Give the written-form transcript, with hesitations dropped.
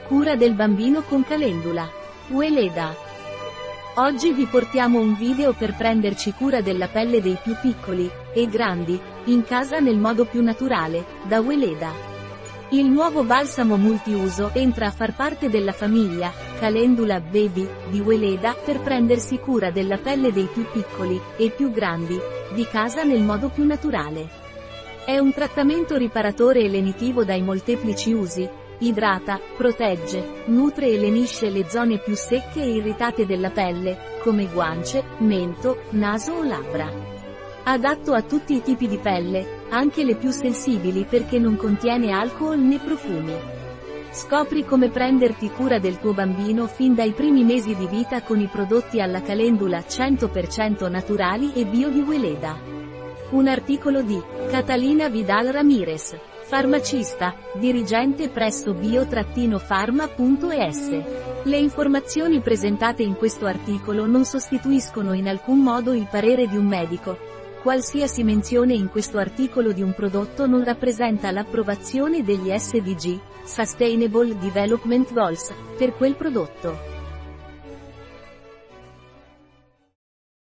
Cura del bambino con Calendula. Weleda. Oggi vi portiamo un video per prenderci cura della pelle dei più piccoli e grandi, in casa nel modo più naturale, da Weleda. Il nuovo balsamo multiuso entra a far parte della famiglia Calendula Baby di Weleda per prendersi cura della pelle dei più piccoli e più grandi, di casa nel modo più naturale. È un trattamento riparatore e lenitivo dai molteplici usi. Idrata, protegge, nutre e lenisce le zone più secche e irritate della pelle, come guance, mento, naso o labbra. Adatto a tutti i tipi di pelle, anche le più sensibili perché non contiene alcol né profumi. Scopri come prenderti cura del tuo bambino fin dai primi mesi di vita con i prodotti alla calendula 100% naturali e bio di Weleda. Un articolo di Catalina Vidal Ramirez, farmacista, dirigente presso bio-pharma.es. Le informazioni presentate in questo articolo non sostituiscono in alcun modo il parere di un medico. Qualsiasi menzione in questo articolo di un prodotto non rappresenta l'approvazione degli SDG, Sustainable Development Goals, per quel prodotto.